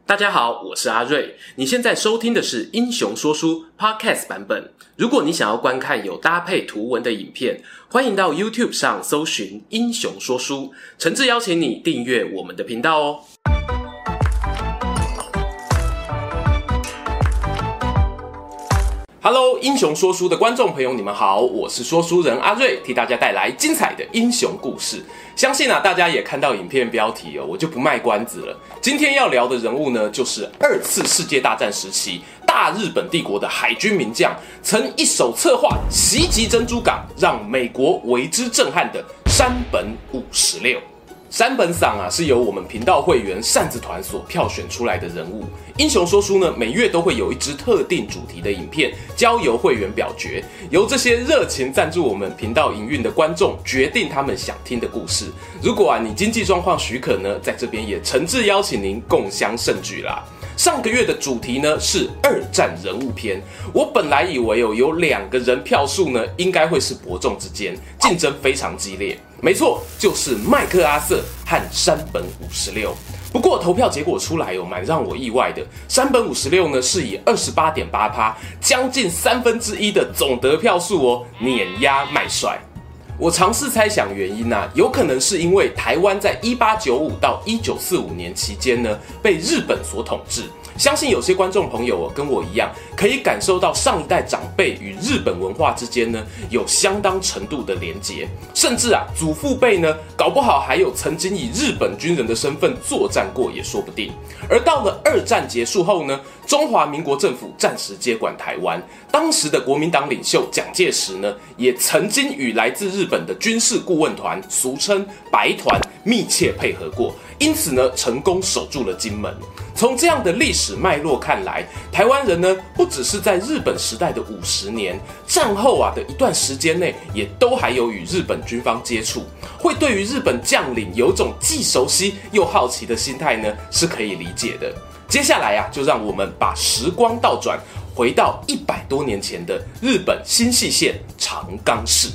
大家好，我是阿瑞。你现在收听的是英雄说书 Podcast 版本。如果你想要观看有搭配图文的影片，欢迎到 YouTube 上搜寻英雄说书，诚挚邀请你订阅我们的频道哦。Hello， 英雄说书的观众朋友，你们好，我是说书人阿瑞，替大家带来精彩的英雄故事。相信大家也看到影片标题我就不卖关子了。今天要聊的人物呢，就是2次世界大战时期大日本帝国的海军名将，曾一手策划袭击珍珠港，让美国为之震撼的山本五十六。山本桑是由我们频道会员扇子团所票选出来的人物。英雄说书呢，每月都会有一支特定主题的影片，交由会员表决，由这些热情赞助我们频道营运的观众决定他们想听的故事。如果你经济状况许可呢，在这边也诚挚邀请您共襄盛举啦。上个月的主题呢是二战人物篇，我本来以为有2个人票数呢应该会是伯仲之间，竞争非常激烈。没错，就是麦克阿瑟和山本五十六。不过投票结果出来蛮让我意外的，山本五十六呢是以 28.8%， 将近1/3的总得票数碾压麦帅。我尝试猜想原因有可能是因为台湾在1895到1945年期间呢被日本所统治。相信有些观众朋友跟我一样，可以感受到上一代长辈与日本文化之间呢有相当程度的连结，甚至祖父辈呢搞不好还有曾经以日本军人的身份作战过也说不定。而到了2战结束后呢，中华民国政府暂时接管台湾，当时的国民党领袖蒋介石呢也曾经与来自日本的军事顾问团，俗称白团，密切配合过，因此呢成功守住了金门。从这样的历史脉络看来，台湾人呢不只是在日本时代的50年，战后的一段时间内也都还有与日本军方接触，会对于日本将领有种既熟悉又好奇的心态呢是可以理解的。接下来就让我们把时光倒转，回到100多年前的日本新舄县长冈市。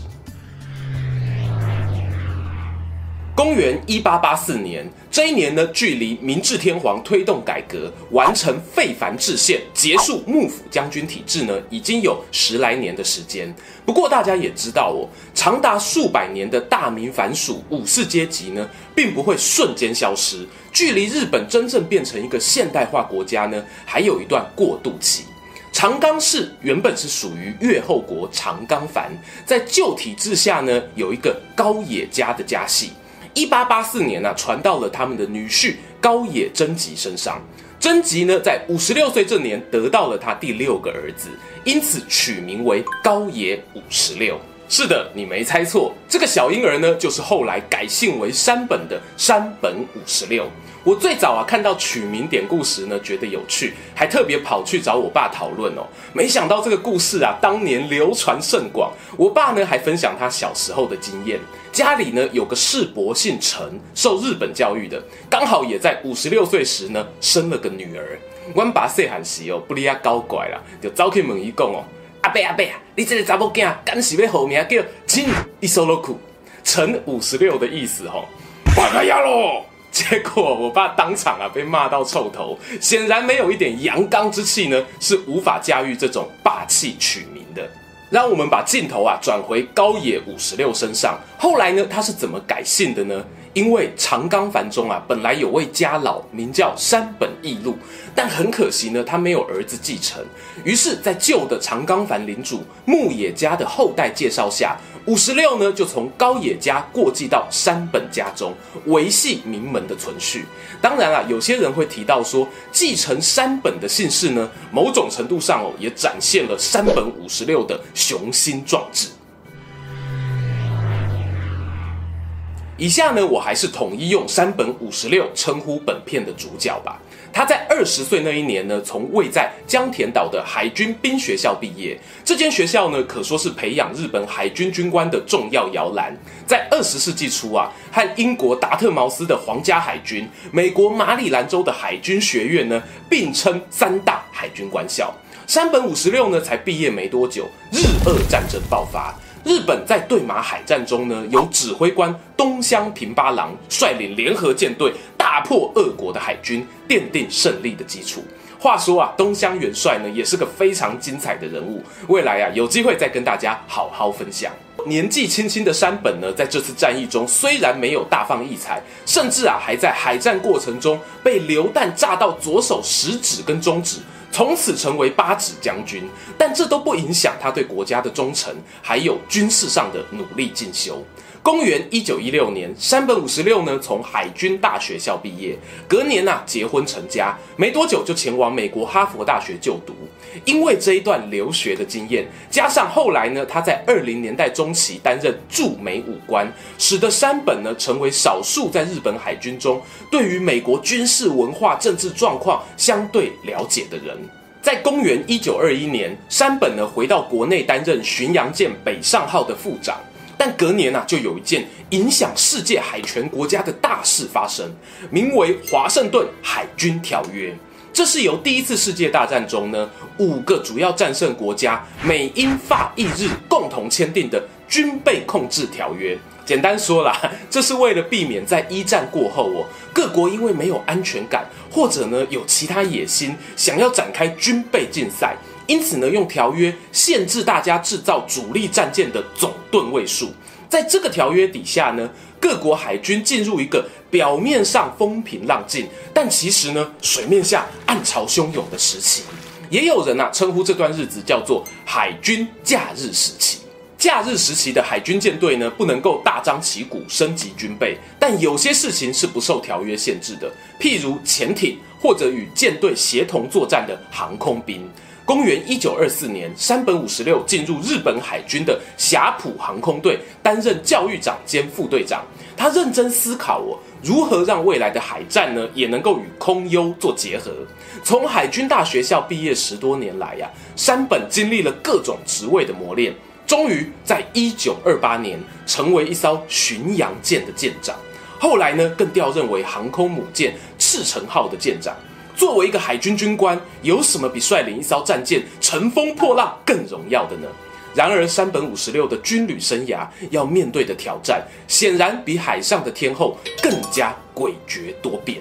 公元1884年，这一年呢，距离明治天皇推动改革、完成废藩置县、结束幕府将军体制呢，已经有10来年的时间。不过大家也知道长达数百年的大明藩属武士阶级呢，并不会瞬间消失，距离日本真正变成一个现代化国家呢，还有一段过渡期。长冈市原本是属于越后国长冈藩，在旧体制下呢，有一个高野家的家系。1884年传到了他们的女婿高野贞吉身上。贞吉呢，在56岁这年得到了他第6个儿子，因此取名为高野五十六。是的，你没猜错，这个小婴儿呢，就是后来改姓为山本的山本五十六。我最早看到取名典故时呢，觉得有趣，还特别跑去找我爸讨论没想到这个故事当年流传甚广。我爸呢还分享他小时候的经验，家里呢有个世伯姓陈，受日本教育的，刚好也在56岁时呢生了个女儿。阮爸细汉时不哩搞怪啦，就走去问伊讲阿伯阿伯你这个查某囝敢是要号名叫金伊索罗库，陈56的意思巴卡亚咯。结果我爸当场被骂到臭头，显然没有一点阳刚之气呢，是无法驾驭这种霸气取名的。让我们把镜头转回高野五十六身上，后来呢他是怎么改姓的呢？因为长冈藩中本来有位家老名叫山本义路，但很可惜呢他没有儿子继承，于是在旧的长冈藩领主木野家的后代介绍下，56呢就从高野家过继到山本家中，维系名门的存续。当然有些人会提到说，继承山本的姓氏呢，某种程度上也展现了山本56的雄心壮志。以下呢，我还是统一用山本56称呼本片的主角吧。他在20岁那一年呢，从位在江田岛的海军兵学校毕业。这间学校呢，可说是培养日本海军军官的重要摇篮。在20世纪初和英国达特茅斯的皇家海军、美国马里兰州的海军学院呢，并称3大海军官校。山本56呢，才毕业没多久，日俄战争爆发。 日本在对马海战中呢，由指挥官东乡平八郎率领联合舰队大破俄国的海军，奠定胜利的基础。话说啊，东乡元帅呢也是个非常精彩的人物，未来啊有机会再跟大家好好分享。年纪轻轻的山本呢，在这次战役中虽然没有大放异彩，甚至啊还在海战过程中被流弹炸到左手食指跟中指，从此成为八指将军，但这都不影响他对国家的忠诚，还有军事上的努力进修。公元1916年，山本五十六呢从海军大学校毕业，隔年啊结婚成家，没多久就前往美国哈佛大学就读。因为这一段留学的经验，加上后来呢他在20年代中期担任驻美武官，使得山本呢成为少数在日本海军中对于美国军事文化政治状况相对了解的人。在公元1921年，山本呢回到国内担任巡洋舰北上号的副长。但隔年啊，就有一件影响世界海权国家的大事发生，名为华盛顿海军条约。这是由第一次世界大战中呢5个主要战胜国家美英法意日共同签订的军备控制条约。简单说啦，这是为了避免在一战过后各国因为没有安全感，或者呢有其他野心，想要展开军备竞赛。因此呢，用条约限制大家制造主力战舰的总吨位数。在这个条约底下呢，各国海军进入一个表面上风平浪静，但其实呢，水面下暗潮汹涌的时期。也有人称呼这段日子叫做海军假日时期。假日时期的海军舰队呢，不能够大张旗鼓升级军备，但有些事情是不受条约限制的，譬如潜艇或者与舰队协同作战的航空兵。公元1924年，山本五十六进入日本海军的霞浦航空队，担任教育长兼副队长。他认真思考如何让未来的海战呢，也能够与空优做结合。从海军大学校毕业10多年来山本经历了各种职位的磨练，终于在1928年成为一艘巡洋舰的舰长。后来呢，更调任为航空母舰赤城号的舰长。作为一个海军军官，有什么比率领一艘战舰乘风破浪更荣耀的呢？然而山本五十六的军旅生涯要面对的挑战，显然比海上的天后更加诡谲多变。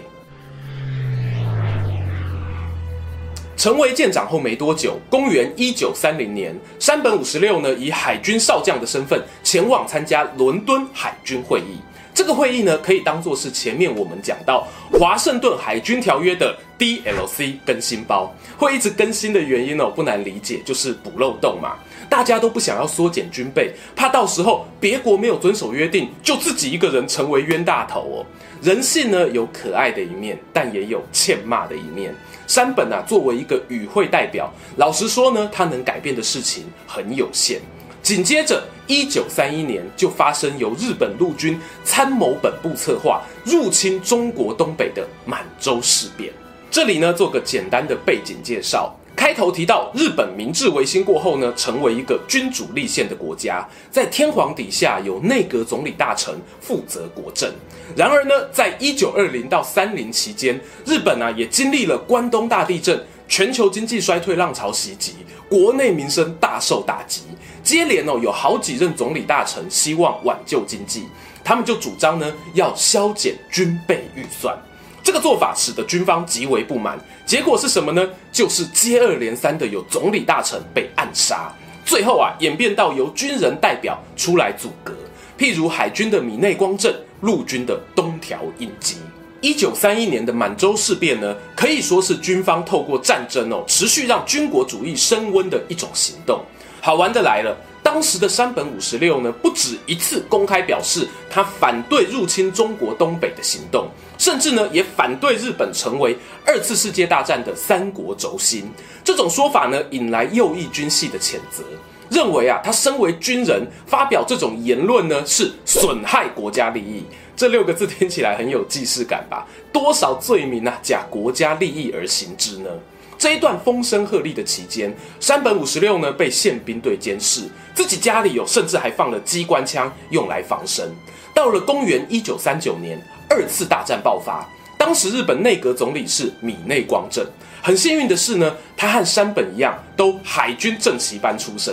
成为舰长后没多久，公元1930年，山本五十六呢以海军少将的身份前往参加伦敦海军会议。这个会议呢，可以当作是前面我们讲到华盛顿海军条约的 DLC 更新包。会一直更新的原因不难理解，就是补漏洞嘛。大家都不想要缩减军备，怕到时候别国没有遵守约定，就自己一个人成为冤大头人性呢有可爱的一面，但也有欠骂的一面。山本作为一个与会代表，老实说呢，他能改变的事情很有限。紧接着1931年就发生由日本陆军参谋本部策划入侵中国东北的满洲事变。这里呢做个简单的背景介绍。开头提到日本明治维新过后呢，成为一个君主立宪的国家，在天皇底下有内阁总理大臣负责国政。然而呢，在1920到30期间，日本也经历了关东大地震、全球经济衰退浪潮袭击，国内民生大受打击。接连有好几任总理大臣希望挽救经济，他们就主张呢要削减军备预算。这个做法使得军方极为不满，结果是什么呢？就是接二连三的有总理大臣被暗杀，最后演变到由军人代表出来阻隔，譬如海军的米内光政、陆军的东条英机。1931年的满洲事变呢，可以说是军方透过战争持续让军国主义升温的一种行动。好玩的来了，当时的山本五十六呢，不止一次公开表示他反对入侵中国东北的行动，甚至呢也反对日本成为2次世界大战的三国轴心。这种说法呢，引来右翼军系的谴责，认为他身为军人发表这种言论呢，是损害国家利益。这6个字听起来很有既视感吧？多少罪名假国家利益而行之呢？这一段风声鹤唳的期间，山本五十六呢被宪兵队监视，自己家里甚至还放了机关枪用来防身。到了公元1939年，2次大战爆发，当时日本内阁总理是米内光政。很幸运的是呢，他和山本一样，都海军正旗班出身的。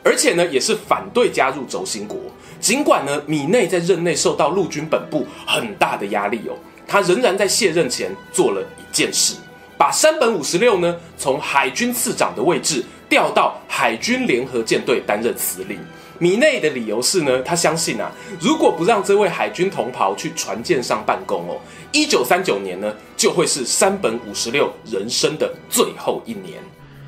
而且呢也是反对加入轴心国。尽管呢米内在任内受到陆军本部很大的压力哦，他仍然在卸任前做了一件事，把山本五十六呢从海军次长的位置调到海军联合舰队担任司令。米内的理由是呢，他相信啊，如果不让这位海军同袍去船舰上办公哦，1939年呢就会是山本五十六人生的最后一年。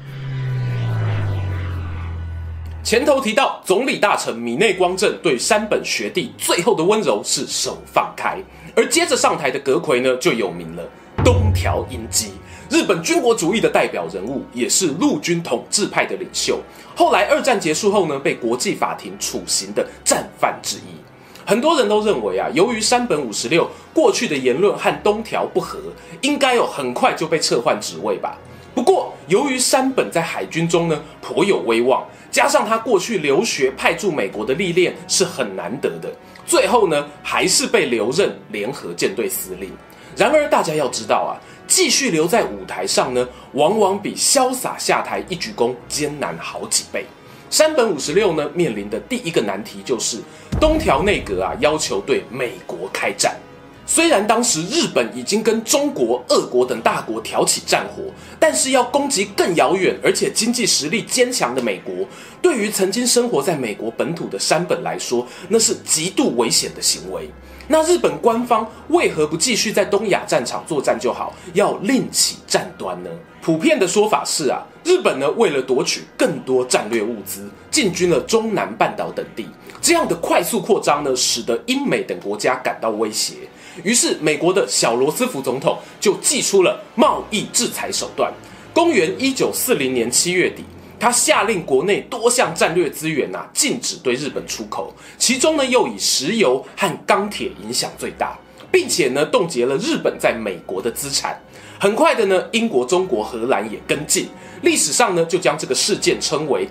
前头提到，总理大臣米内光政对山本学弟最后的温柔是手放开，而接着上台的阁揆呢就有名了，东条英机。日本军国主义的代表人物，也是陆军统治派的领袖。后来二战结束后呢，被国际法庭处刑的战犯之一。很多人都认为啊，由于山本五十六过去的言论和东条不合，应该很快就被撤换职位吧。不过，由于山本在海军中呢颇有威望，加上他过去留学派驻美国的历练是很难得的，最后呢还是被留任联合舰队司令。然而大家要知道啊，继续留在舞台上呢，往往比潇洒下台一鞠躬艰难好几倍。山本五十六呢面临的第一个难题就是东条内阁啊要求对美国开战。虽然当时日本已经跟中国、俄国等大国挑起战火，但是要攻击更遥远而且经济实力坚强的美国，对于曾经生活在美国本土的山本来说，那是极度危险的行为。那日本官方为何不继续在东亚战场作战就好，要另起战端呢？普遍的说法是啊，日本呢为了夺取更多战略物资，进军了中南半岛等地，这样的快速扩张呢，使得英美等国家感到威胁。于是美国的小罗斯福总统就祭出了贸易制裁手段。公元1940年7月底，他下令国内多项战略资源禁止对日本出口，其中呢又以石油和钢铁影响最大，并且呢冻结了日本在美国的资产。很快的呢，英国、中国、荷兰也跟进，历史上呢就将这个事件称为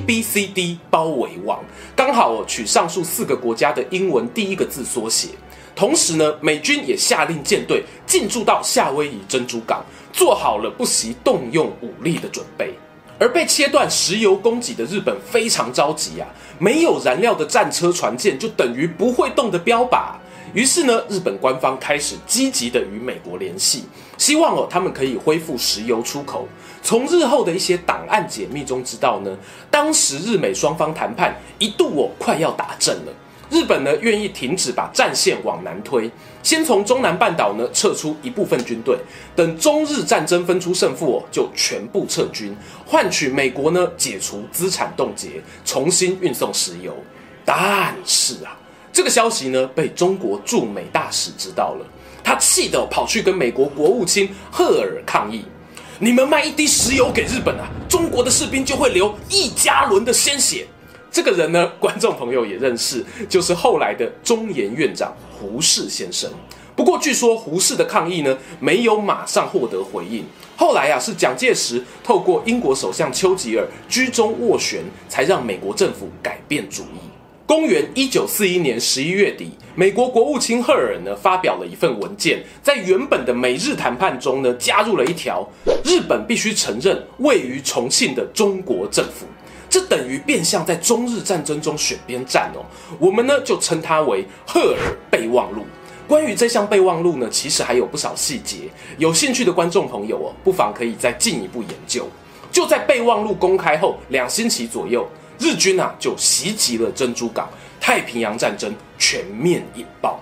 ABCD 包围网，刚好取上述4个国家的英文第一个字缩写。同时呢，美军也下令舰队进驻到夏威夷珍珠港，做好了不惜动用武力的准备。而被切断石油供给的日本非常着急啊，没有燃料的战车船舰就等于不会动的标靶。于是呢，日本官方开始积极的与美国联系，希望他们可以恢复石油出口。从日后的一些档案解密中知道呢，当时日美双方谈判一度快要打阵了。日本呢愿意停止把战线往南推，先从中南半岛呢撤出一部分军队，等中日战争分出胜负就全部撤军，换取美国呢解除资产冻结，重新运送石油。但是啊，这个消息呢被中国驻美大使知道了，他气得跑去跟美国国务卿赫尔抗议：你们卖一滴石油给日本啊，中国的士兵就会流1加仑的鲜血。这个人呢，观众朋友也认识，就是后来的中研院长胡适先生。不过据说胡适的抗议呢，没有马上获得回应。后来啊，是蒋介石透过英国首相丘吉尔居中斡旋，才让美国政府改变主意。公元1941年11月底，美国国务卿赫尔呢发表了一份文件，在原本的美日谈判中呢，加入了一条：日本必须承认位于重庆的中国政府。这等于变相在中日战争中选边站哦。我们呢就称它为赫尔备忘录。关于这项备忘录呢，其实还有不少细节，有兴趣的观众朋友不妨可以再进一步研究。就在备忘录公开后2星期左右，日军就袭击了珍珠港，太平洋战争全面引爆。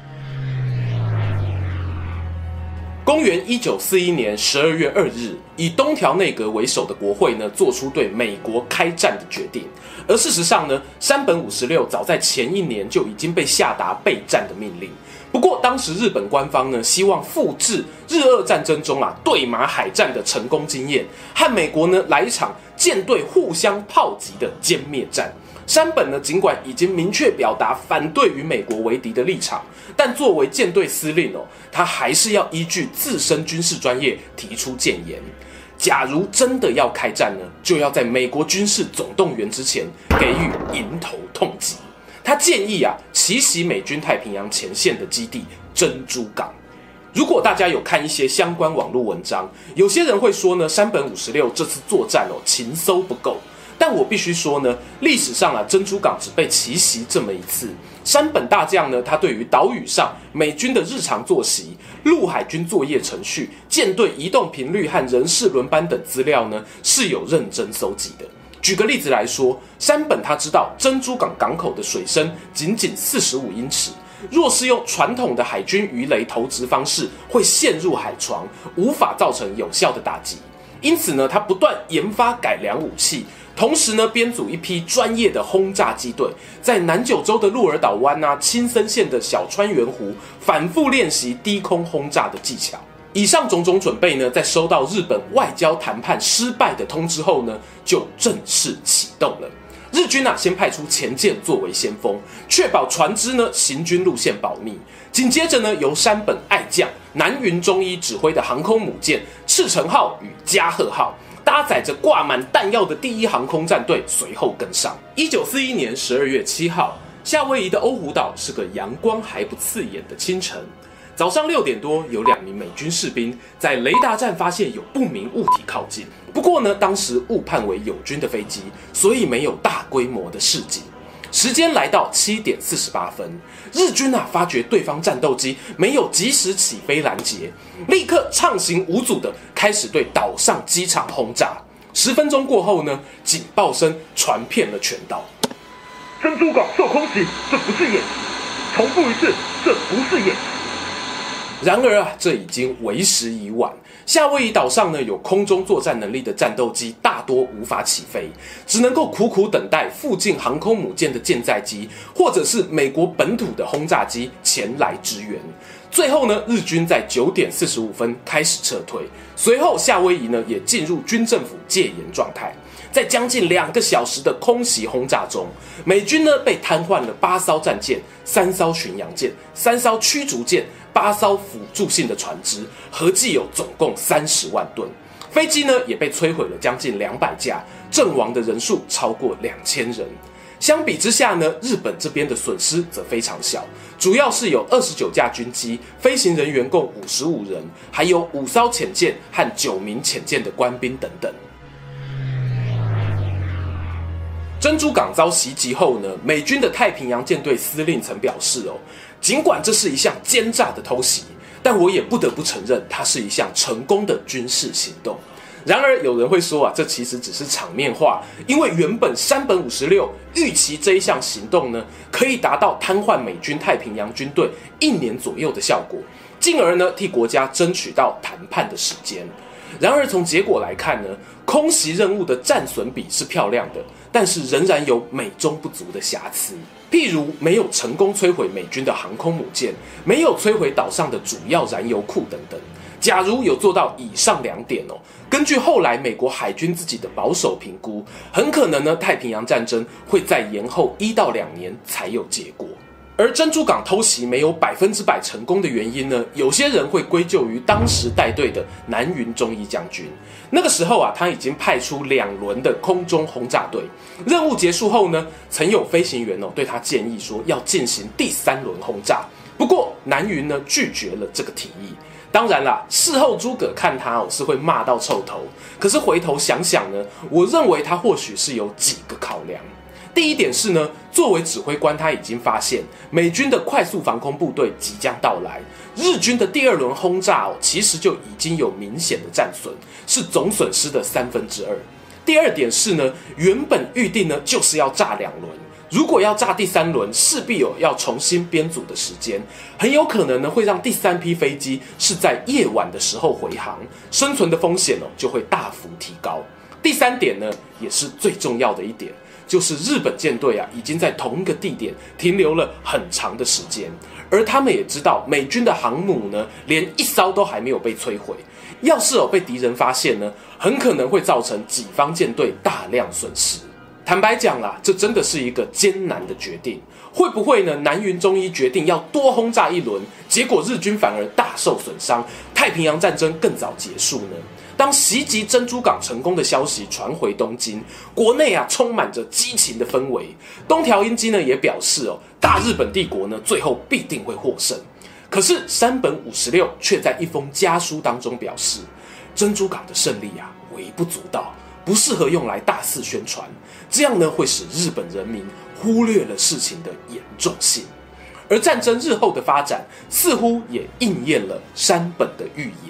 公元1941年12月2日，以东条内阁为首的国会呢，做出对美国开战的决定。而事实上呢，山本五十六早在前一年就已经被下达备战的命令。不过当时日本官方呢，希望复制日俄战争中对马海战的成功经验，和美国呢来一场舰队互相炮击的歼灭战。山本呢，尽管已经明确表达反对与美国为敌的立场，但作为舰队司令他还是要依据自身军事专业提出谏言。假如真的要开战呢，就要在美国军事总动员之前给予迎头痛击。他建议奇袭美军太平洋前线的基地珍珠港。如果大家有看一些相关网络文章，有些人会说呢，山本五十六这次作战情搜不够。 但我必须说呢，历史上啊，珍珠港只被奇袭这么一次。山本大将呢，他对于岛屿上美军的日常作息、陆海军作业程序、舰队移动频率和人事轮班等资料呢，是有认真搜集的。举个例子来说，山本他知道珍珠港港口的水深仅仅45英尺，若是用传统的海军鱼雷投掷方式，会陷入海床，无法造成有效的打击。因此呢，他不断研发改良武器，同时呢，编组一批专业的轰炸机队，在南九州的鹿儿岛湾啊、青森县的小川原湖，反复练习低空轰炸的技巧。以上种种准备呢，在收到日本外交谈判失败的通知后呢，就正式启动了。日军啊，先派出前舰作为先锋，确保船只呢行军路线保密。紧接着呢，由山本爱将、南云忠一指挥的航空母舰赤城号与加贺号，搭载着挂满弹药的第一航空战队随后跟上。1941年12月7号，夏威夷的欧胡岛是个阳光还不刺眼的清晨。早上6点多，有2名美军士兵在雷达站发现有不明物体靠近。不过呢，当时误判为友军的飞机，所以没有大规模的示警。时间来到7点48分，日军啊发觉对方战斗机没有及时起飞拦截，立刻畅行无阻的开始对岛上机场轰炸。10分钟过后呢，警报声传遍了全岛。 珍珠港受空袭，这不是演习。重复一次，这不是演习。 然而啊，这已经为时已晚。夏威夷岛上呢，有空中作战能力的战斗机大多无法起飞，只能够苦苦等待附近航空母舰的舰载机，或者是美国本土的轰炸机前来支援。最后呢，日军在9点45分开始撤退，随后夏威夷呢也进入军政府戒严状态。在将近2个小时的空袭轰炸中，美军呢被瘫痪了8艘战舰、3艘巡洋舰、3艘驱逐舰、8艘辅助性的船只，合计有总共30万吨。飞机呢也被摧毁了将近200架，阵亡的人数超过2000人。相比之下呢，日本这边的损失则非常小，主要是有29架军机，飞行人员共55人，还有5艘潜舰和9名潜舰的官兵等等。珍珠港遭袭击后呢，美军的太平洋舰队司令曾表示尽管这是一项奸诈的偷袭，但我也不得不承认它是一项成功的军事行动。然而有人会说这其实只是场面话，因为原本山本56预期这一项行动呢，可以达到瘫痪美军太平洋军队1年左右的效果，进而呢替国家争取到谈判的时间。然而从结果来看呢，空袭任务的战损比是漂亮的，但是仍然有美中不足的瑕疵，譬如没有成功摧毁美军的航空母舰，没有摧毁岛上的主要燃油库等等。假如有做到以上2点根据后来美国海军自己的保守评估，很可能呢太平洋战争会再延后1到2年才有结果。而珍珠港偷袭没有100%成功的原因呢，有些人会归咎于当时带队的南云忠一将军。那个时候啊，他已经派出2轮的空中轰炸队，任务结束后呢，曾有飞行员对他建议说要进行第3轮轰炸，不过南云呢拒绝了这个提议。当然啦，事后诸葛看他是会骂到臭头，可是回头想想呢，我认为他或许是有几个考量。第一点是呢，作为指挥官，他已经发现美军的快速防空部队即将到来，日军的第2轮轰炸其实就已经有明显的战损，是总损失的2/3。第二点是呢，原本预定呢就是要炸2轮，如果要炸第3轮，势必有要重新编组的时间，很有可能呢会让第3批飞机是在夜晚的时候回航，生存的风险就会大幅提高。第3点呢，也是最重要的一点，就是日本舰队已经在同一个地点停留了很长的时间，而他们也知道美军的航母呢，连1艘都还没有被摧毁。要是被敌人发现呢，很可能会造成己方舰队大量损失。坦白讲啦，这真的是一个艰难的决定。会不会呢？南云忠一决定要多轰炸1轮，结果日军反而大受损伤，太平洋战争更早结束呢？当袭击珍珠港成功的消息传回东京，国内充满着激情的氛围。东条英机呢也表示大日本帝国呢最后必定会获胜。可是山本56却在一封家书当中表示，珍珠港的胜利微不足道， 不适合用来大肆宣传，这样呢会使日本人民忽略了事情的严重性。而战争日后的发展似乎也应验了山本的预言。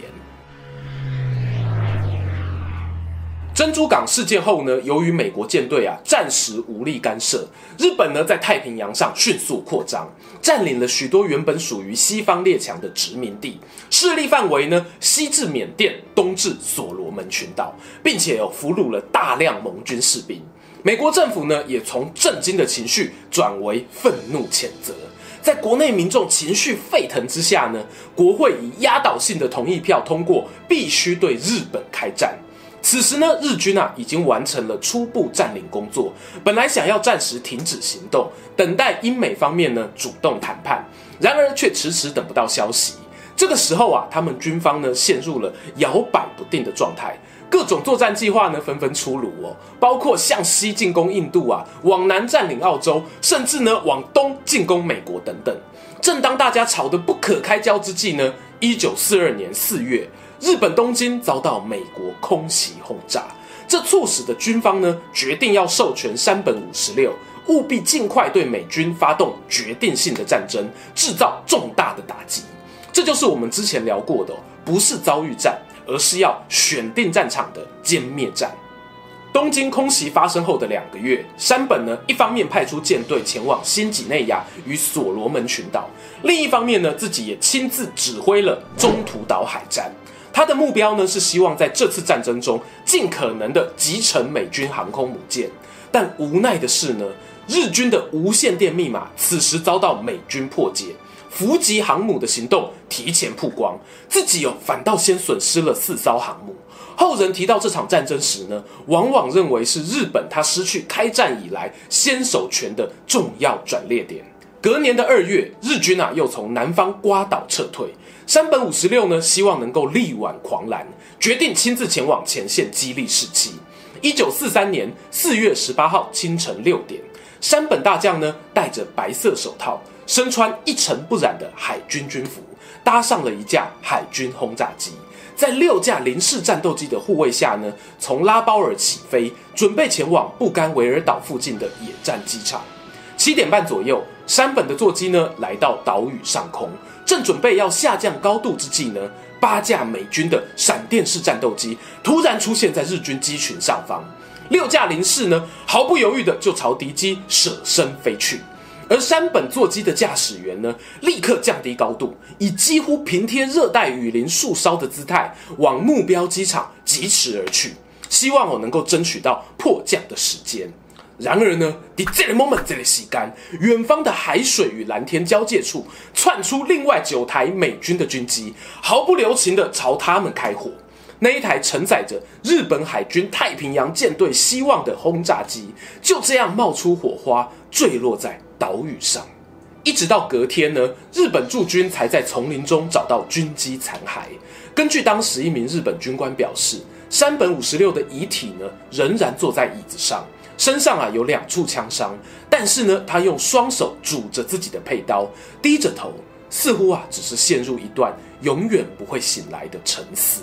珍珠港事件后呢，由于美国舰队暂时无力干涉，日本呢在太平洋上迅速扩张，占领了许多原本属于西方列强的殖民地，势力范围呢西至缅甸，东至所罗门群岛，并且俘虏了大量盟军士兵。美国政府呢也从震惊的情绪转为愤怒谴责。在国内民众情绪沸腾之下呢，国会以压倒性的同意票通过，必须对日本开战。此时呢，日军已经完成了初步占领工作，本来想要暂时停止行动，等待英美方面呢主动谈判，然而却迟迟等不到消息。这个时候他们军方呢陷入了摇摆不定的状态，各种作战计划呢纷纷出炉包括向西进攻印度往南占领澳洲，甚至呢往东进攻美国等等。正当大家吵得不可开交之际呢，1942年4月，日本东京遭到美国空袭轰炸，这促使的军方呢决定要授权山本56，务必尽快对美军发动决定性的战争，制造重大的打击。这就是我们之前聊过的不是遭遇战，而是要选定战场的歼灭战。东京空袭发生后的2个月，山本呢一方面派出舰队前往新几内亚与所罗门群岛，另一方面呢自己也亲自指挥了中途岛海战。他的目标呢是希望在这次战争中尽可能的击沉美军航空母舰，但无奈的是呢，日军的无线电密码此时遭到美军破解，伏击航母的行动提前曝光，自己反倒先损失了4艘航母。后人提到这场战争时呢，往往认为是日本他失去开战以来先手权的重要转捩点。隔年的2月，日军又从南方瓜岛撤退，山本56呢希望能够力挽狂澜，决定亲自前往前线激励士气。1943年4月18号清晨6点，山本大将呢戴着白色手套，身穿一尘不染的海军军服，搭上了一架海军轰炸机，在6架零式战斗机的护卫下呢，从拉包尔起飞，准备前往布甘维尔岛附近的野战机场。7点半左右，山本的座机呢来到岛屿上空，正准备要下降高度之际呢，8架美军的闪电式战斗机突然出现在日军机群上方，6架零式呢毫不犹豫的就朝敌机舍身飞去。而山本座机的驾驶员呢，立刻降低高度，以几乎平贴热带雨林树梢的姿态往目标机场疾驰而去，希望能够争取到迫降的时间。然而呢，在这个 moment 这个时间，远方的海水与蓝天交界处窜出另外9台美军的军机，毫不留情的朝他们开火。那一台承载着日本海军太平洋舰队希望的轰炸机，就这样冒出火花，坠落在岛屿上。一直到隔天呢，日本驻军才在丛林中找到军机残骸。根据当时一名日本军官表示，山本56的遗体呢，仍然坐在椅子上，身上有2处枪伤，但是呢，他用双手拄着自己的佩刀，低着头，似乎只是陷入一段永远不会醒来的沉思。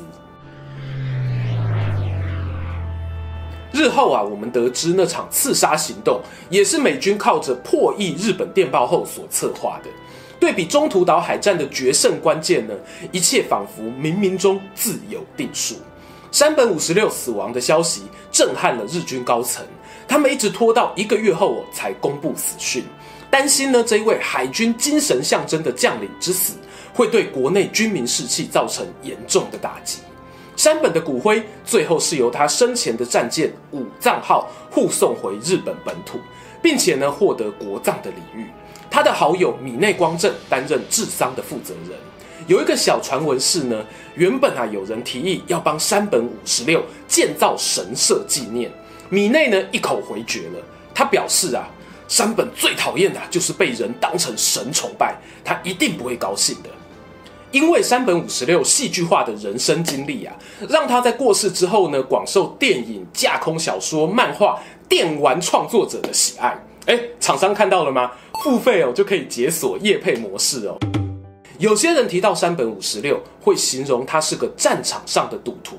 日后我们得知那场刺杀行动也是美军靠着破译日本电报后所策划的。对比中途岛海战的决胜关键呢，一切仿佛冥冥中自有定数。山本56死亡的消息震撼了日军高层，他们一直拖到1个月后才公布死讯，担心呢这一位海军精神象征的将领之死会对国内军民士气造成严重的打击。山本的骨灰最后是由他生前的战舰武藏号护送回日本本土，并且呢获得国葬的礼遇。他的好友米内光正担任治丧的负责人。有一个小传闻是呢，原本有人提议要帮山本56建造神社纪念，米内呢一口回绝了。他表示山本最讨厌的就是被人当成神崇拜，他一定不会高兴的。因为山本56戏剧化的人生经历让他在过世之后呢，广受电影、架空小说、漫画、电玩创作者的喜爱。厂商看到了吗？付费就可以解锁业配模式哦。有些人提到山本56会形容他是个战场上的赌徒，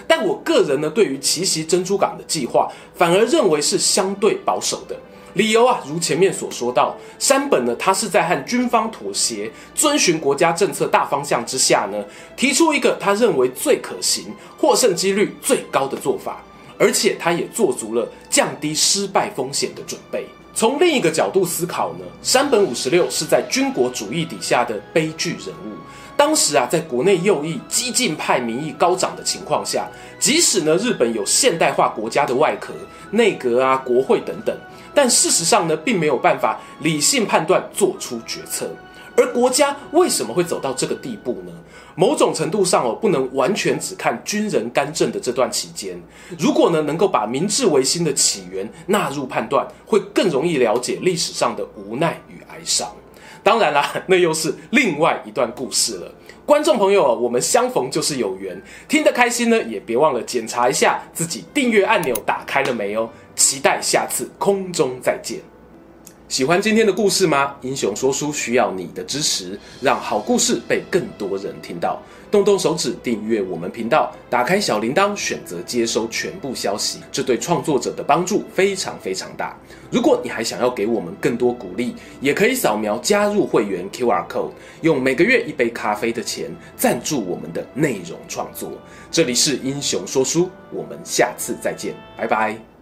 但我个人呢，对于奇袭珍珠港的计划，反而认为是相对保守的。理由啊，如前面所说到，山本呢，他是在和军方妥协，遵循国家政策大方向之下呢，提出一个他认为最可行、获胜几率最高的做法，而且他也做足了降低失败风险的准备。从另一个角度思考呢，山本56是在军国主义底下的悲剧人物。当时啊，在国内右翼激进派民意高涨的情况下，即使呢日本有现代化国家的外壳、内阁啊、国会等等，但事实上呢，并没有办法理性判断做出决策。而国家为什么会走到这个地步呢？某种程度上不能完全只看军人干政的这段期间。如果呢能够把明治维新的起源纳入判断，会更容易了解历史上的无奈与哀伤。当然啦，那又是另外一段故事了。观众朋友，我们相逢就是有缘，听得开心呢，也别忘了检查一下自己订阅按钮打开了没哦。期待下次空中再见。喜欢今天的故事吗？英雄说书需要你的支持，让好故事被更多人听到。动动手指订阅我们频道，打开小铃铛，选择接收全部消息，这对创作者的帮助非常非常大。如果你还想要给我们更多鼓励，也可以扫描加入会员 QR Code， 用每个月1杯咖啡的钱赞助我们的内容创作。这里是英雄说书，我们下次再见，拜拜。